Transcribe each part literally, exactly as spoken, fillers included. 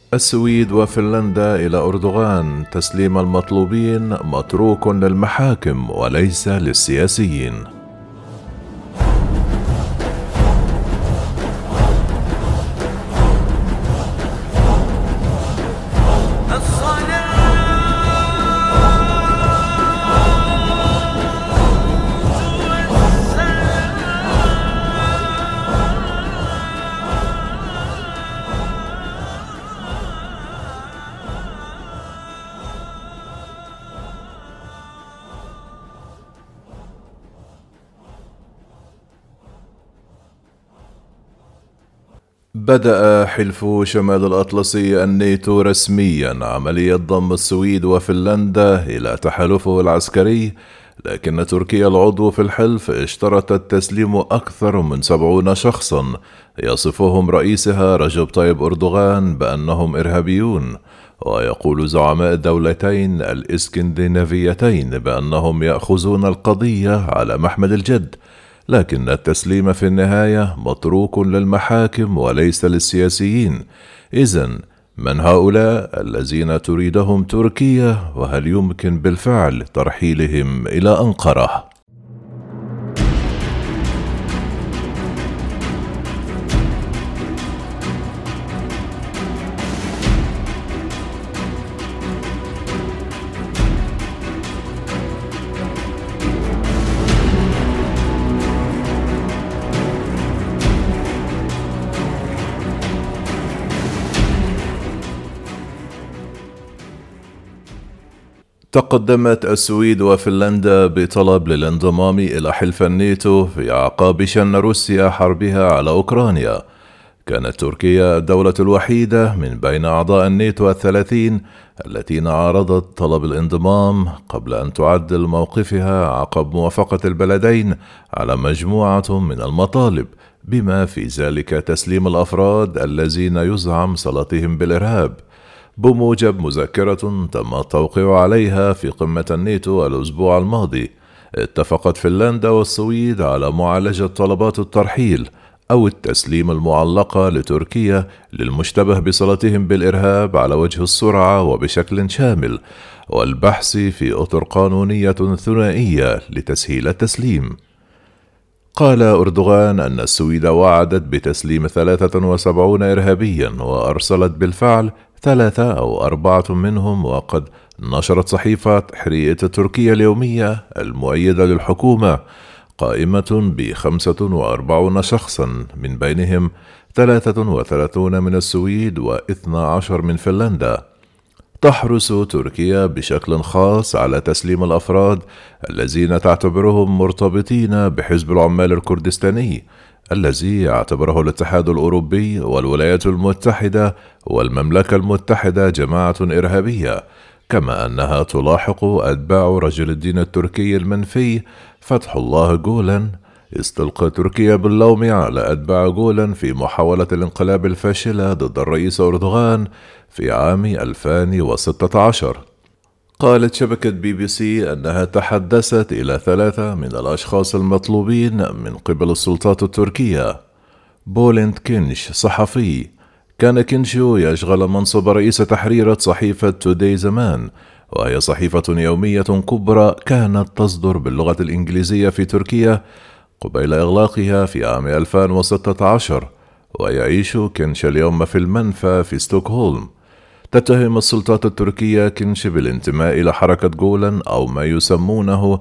السويد وفنلندا إلى أردوغان: تسليم المطلوبين متروك للمحاكم وليس للسياسيين. بدأ حلف شمال الأطلسي الناتو رسميا عملية ضم السويد وفنلندا إلى تحالفه العسكري، لكن تركيا العضو في الحلف اشترطت تسليم أكثر من سبعين شخصا يصفهم رئيسها رجب طيب أردوغان بأنهم إرهابيون، ويقول زعماء الدولتين الإسكندنافيتين بأنهم يأخذون القضية على محمل الجد، لكن التسليم في النهاية متروك للمحاكم وليس للسياسيين. إذن من هؤلاء الذين تريدهم تركيا، وهل يمكن بالفعل ترحيلهم إلى أنقرة؟ تقدمت السويد وفنلندا بطلب للانضمام إلى حلف الناتو في أعقاب شن روسيا حربها على أوكرانيا. كانت تركيا الدولة الوحيدة من بين أعضاء الناتو الثلاثين التي عارضت طلب الانضمام قبل أن تعدل موقفها عقب موافقة البلدين على مجموعة من المطالب، بما في ذلك تسليم الأفراد الذين يزعم صلتهم بالإرهاب. بموجب مذكرة تم التوقيع عليها في قمة الناتو الأسبوع الماضي، اتفقت فنلندا والسويد على معالجة طلبات الترحيل أو التسليم المعلقة لتركيا للمشتبه بصلتهم بالإرهاب على وجه السرعة وبشكل شامل، والبحث في أطر قانونية ثنائية لتسهيل التسليم. قال أردوغان أن السويد وعدت بتسليم ثلاثة وسبعين إرهابيا، وأرسلت بالفعل ثلاثة أو أربعة منهم، وقد نشرت صحيفة حرية تركيا اليومية المؤيدة للحكومة قائمة بخمسة وأربعين شخصا، من بينهم ثلاثة وثلاثون من السويد واثنى عشر من فنلندا. تحرص تركيا بشكل خاص على تسليم الأفراد الذين تعتبرهم مرتبطين بحزب العمال الكردستاني، الذي يعتبره الاتحاد الأوروبي والولايات المتحدة والمملكة المتحدة جماعة إرهابية، كما أنها تلاحق أتباع رجل الدين التركي المنفي فتح الله جولان. استلقى تركيا باللوم على أتباع جولان في محاولة الانقلاب الفاشلة ضد الرئيس أردوغان في عام ألفين وستة عشر. قالت شبكة بي بي سي أنها تحدثت إلى ثلاثة من الأشخاص المطلوبين من قبل السلطات التركية. بولند كينش صحفي، كان كينشو يشغل منصب رئيس تحرير صحيفة توداي زمان، وهي صحيفة يومية كبرى كانت تصدر باللغة الإنجليزية في تركيا قبيل إغلاقها في عام ألفين وستة عشر، ويعيش كينش اليوم في المنفى في ستوكهولم. تتهم السلطات التركية كينش بالانتماء إلى حركة جولان أو ما يسمونه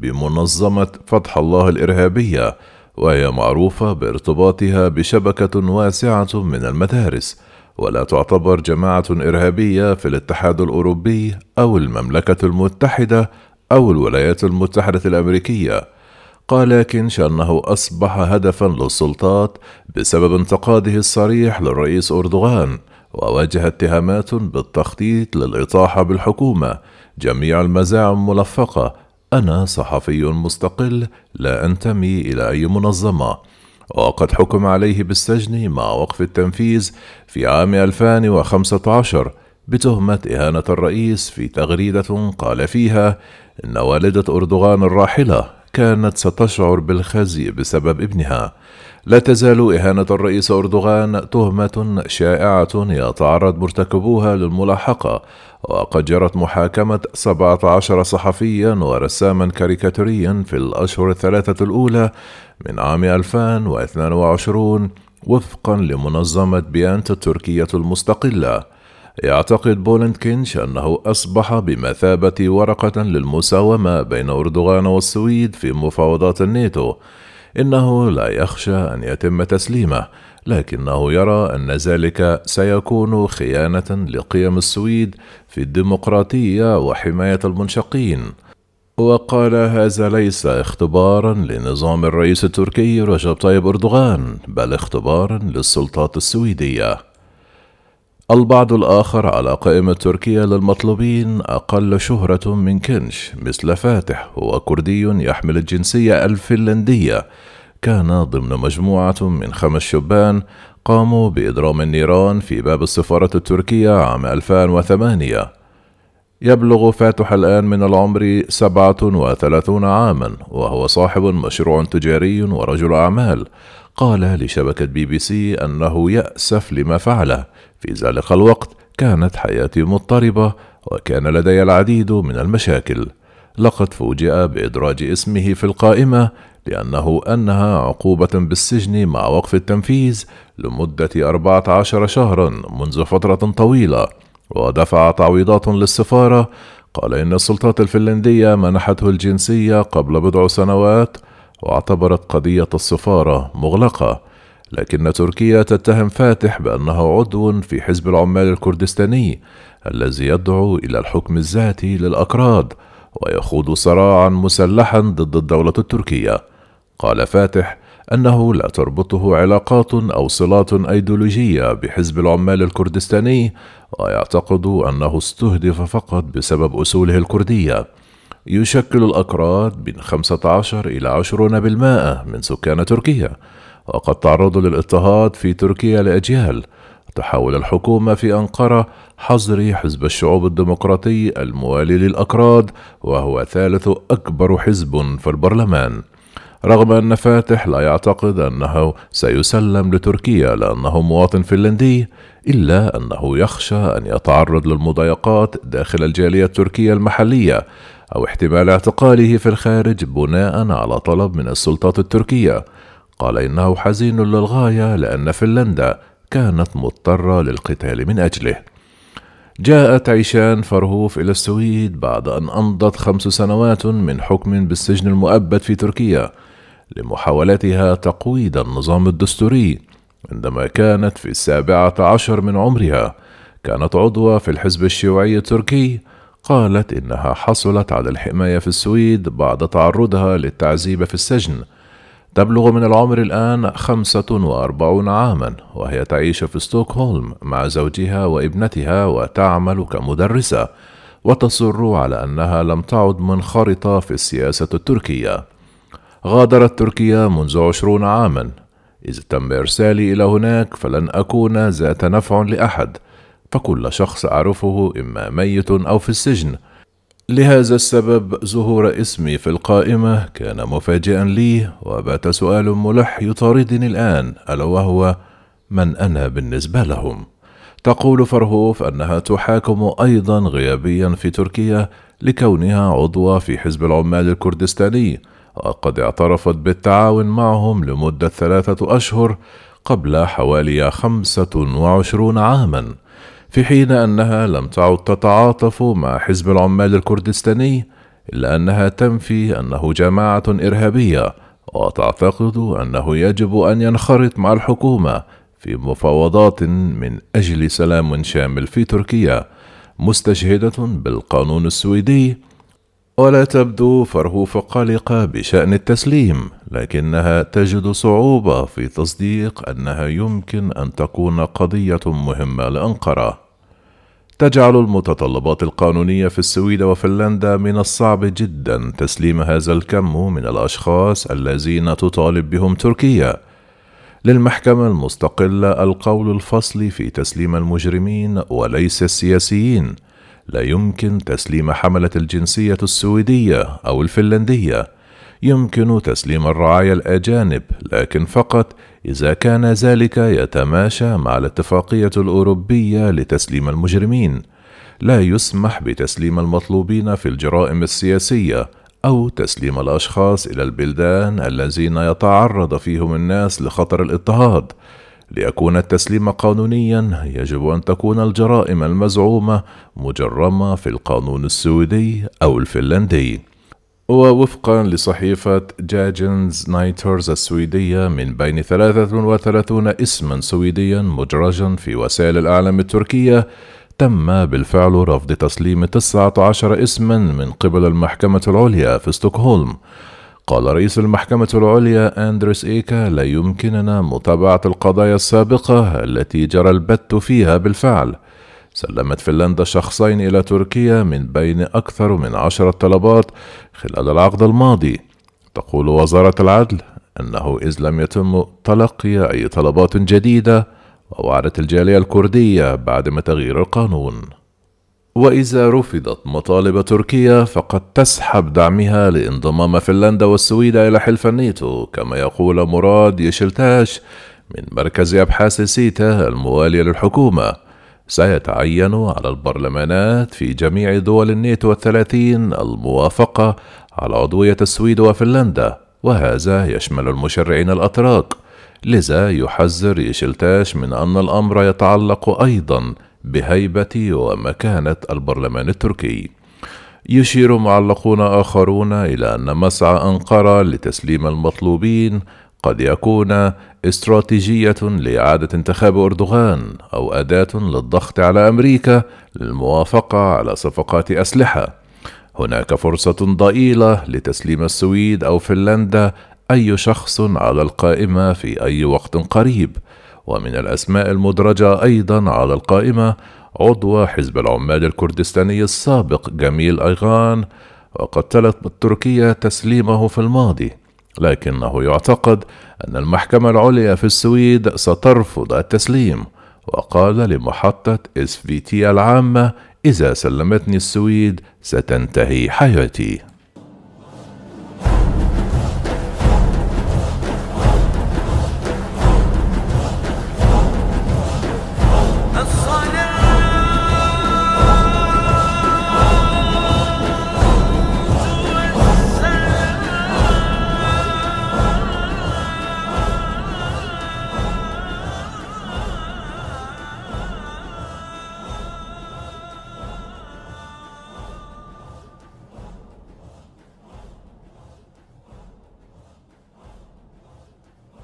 بمنظمة فتح الله الإرهابية، وهي معروفة بارتباطها بشبكة واسعة من المدارس، ولا تعتبر جماعة إرهابية في الاتحاد الأوروبي أو المملكة المتحدة أو الولايات المتحدة الأمريكية. قال كينش أنه أصبح هدفا للسلطات بسبب انتقاده الصريح للرئيس أردوغان، وواجه اتهامات بالتخطيط للإطاحة بالحكومة. جميع المزاعم ملفقة، أنا صحفي مستقل لا أنتمي إلى أي منظمة. وقد حكم عليه بالسجن مع وقف التنفيذ في عام ألفين وخمسة عشر بتهمة إهانة الرئيس، في تغريدة قال فيها إن والدة أردوغان الراحلة كانت ستشعر بالخزي بسبب ابنها، لا تزال إهانة الرئيس أردوغان تهمة شائعة يتعرض مرتكبوها للملاحقة، وقد جرت محاكمة سبعة عشر صحفيا ورساما كاريكاتوريا في الأشهر الثلاثة الأولى من عام ألفين واثنين وعشرين وفقا لمنظمة بيانت التركية المستقلة. يعتقد بولند كينش أنه أصبح بمثابة ورقة للمساومة بين أردوغان والسويد في مفاوضات الناتو. إنه لا يخشى أن يتم تسليمه، لكنه يرى أن ذلك سيكون خيانة لقيم السويد في الديمقراطية وحماية المنشقين. وقال هذا ليس اختبارا لنظام الرئيس التركي رجب طيب أردوغان، بل اختبارا للسلطات السويدية. البعض الآخر على قائمة تركيا للمطلوبين أقل شهرة من كينش مثل فاتح، هو كردي يحمل الجنسية الفنلندية، كان ضمن مجموعة من خمس شبان قاموا بإضرام النيران في باب السفارة التركية عام ألفين وثمانية. يبلغ فاتح الآن من العمر سبعة وثلاثين عاما، وهو صاحب مشروع تجاري ورجل أعمال. قال لشبكة بي بي سي أنه يأسف لما فعله، في ذلك الوقت كانت حياتي مضطربة وكان لدي العديد من المشاكل. لقد فوجئ بإدراج اسمه في القائمة لأنه أنهى عقوبة بالسجن مع وقف التنفيذ لمدة أربعة عشر شهرا منذ فترة طويلة، ودفع تعويضات للسفارة. قال إن السلطات الفنلندية منحته الجنسية قبل بضع سنوات، واعتبرت قضية السفارة مغلقة، لكن تركيا تتهم فاتح بأنه عضو في حزب العمال الكردستاني الذي يدعو إلى الحكم الذاتي للأكراد ويخوض صراعا مسلحا ضد الدولة التركية. قال فاتح أنه لا تربطه علاقات أو صلات أيديولوجية بحزب العمال الكردستاني، ويعتقد أنه استهدف فقط بسبب أصوله الكردية. يشكل الأكراد من خمسة عشر إلى عشرين بالمئة من سكان تركيا، وقد تعرضوا للاضطهاد في تركيا لأجيال. تحاول الحكومة في أنقرة حظر حزب الشعوب الديمقراطي الموالي للأكراد، وهو ثالث أكبر حزب في البرلمان. رغم أن فاتح لا يعتقد أنه سيسلم لتركيا لأنه مواطن فنلندي، إلا أنه يخشى أن يتعرض للمضايقات داخل الجالية التركية المحلية أو احتمال اعتقاله في الخارج بناء على طلب من السلطات التركية. قال إنه حزين للغاية لأن فنلندا كانت مضطرة للقتال من أجله. جاءت عيشان فرهوف إلى السويد بعد أن أمضت خمس سنوات من حكم بالسجن المؤبد في تركيا لمحاولتها تقويض النظام الدستوري. عندما كانت في السابعة عشر من عمرها كانت عضوة في الحزب الشيوعي التركي. قالت إنها حصلت على الحماية في السويد بعد تعرضها للتعذيب في السجن. تبلغ من العمر الآن خمسة وأربعين عاما، وهي تعيش في ستوكهولم مع زوجها وابنتها وتعمل كمدرسة، وتصر على أنها لم تعد منخرطة في السياسة التركية. غادرت تركيا منذ عشرين عاما. إذا تم إرسالي إلى هناك فلن أكون ذات نفع لأحد، فكل شخص أعرفه إما ميت أو في السجن. لهذا السبب ظهور اسمي في القائمة كان مفاجئا لي، وبات سؤال ملح يطاردني الآن، ألا وهو: من أنا بالنسبة لهم؟ تقول فرهوف أنها تحاكم أيضا غيابيا في تركيا لكونها عضوة في حزب العمال الكردستاني، وقد اعترفت بالتعاون معهم لمدة ثلاثة أشهر قبل حوالي خمسة وعشرين عاما، في حين أنها لم تعد تتعاطف مع حزب العمال الكردستاني، إلا أنها تنفي أنه جماعة إرهابية، وتعتقد أنه يجب أن ينخرط مع الحكومة في مفاوضات من أجل سلام شامل في تركيا، مستشهدة بالقانون السويدي. ولا تبدو فرهوف قلقة بشأن التسليم، لكنها تجد صعوبة في تصديق أنها يمكن أن تكون قضية مهمة لأنقرة. تجعل المتطلبات القانونية في السويد وفنلندا من الصعب جدا تسليم هذا الكم من الأشخاص الذين تطالب بهم تركيا. للمحكمة المستقلة القول الفصل في تسليم المجرمين وليس السياسيين. لا يمكن تسليم حملة الجنسية السويدية أو الفنلندية. يمكن تسليم الرعايا الأجانب، لكن فقط إذا كان ذلك يتماشى مع الاتفاقية الأوروبية لتسليم المجرمين. لا يسمح بتسليم المطلوبين في الجرائم السياسية أو تسليم الأشخاص إلى البلدان الذين يتعرض فيهم الناس لخطر الاضطهاد. ليكون التسليم قانونيا يجب أن تكون الجرائم المزعومة مجرمة في القانون السويدي أو الفنلندي. ووفقا لصحيفة جاجنز نايترز السويدية، من بين ثلاثة وثلاثين اسما سويديا مدرجا في وسائل الإعلام التركية، تم بالفعل رفض تسليم تسعة عشر اسما من قبل المحكمة العليا في ستوكهولم. قال رئيس المحكمة العليا أندرس إيكا: لا يمكننا متابعة القضايا السابقة التي جرى البت فيها بالفعل. سلمت فنلندا شخصين إلى تركيا من بين أكثر من عشرة طلبات خلال العقد الماضي. تقول وزارة العدل أنه إذ لم يتم تلقي أي طلبات جديدة، ووعدت الجالية الكردية بعدم تغيير القانون. وإذا رفضت مطالب تركيا فقد تسحب دعمها لانضمام فنلندا والسويد إلى حلف الناتو، كما يقول مراد يشلتاش من مركز أبحاث سيتا الموالي للحكومة. سيتعين على البرلمانات في جميع دول الناتو الثلاثين الموافقة على عضوية السويد وفنلندا، وهذا يشمل المشرعين الأتراك. لذا يحذر يشلتاش من أن الأمر يتعلق أيضا بهيبة ومكانة البرلمان التركي. يشير معلقون آخرون إلى أن مسعى أنقرة لتسليم المطلوبين قد يكون استراتيجية لإعادة انتخاب أردوغان، أو أداة للضغط على أمريكا للموافقة على صفقات أسلحة. هناك فرصة ضئيلة لتسليم السويد أو فنلندا أي شخص على القائمة في أي وقت قريب. ومن الأسماء المدرجة أيضا على القائمة عضو حزب العمال الكردستاني السابق جميل أيغان، وقد طلبت تركيا تسليمه في الماضي، لكنه يعتقد أن المحكمة العليا في السويد سترفض التسليم. وقال لمحطة إس في تي العامة: إذا سلمتني السويد ستنتهي حياتي.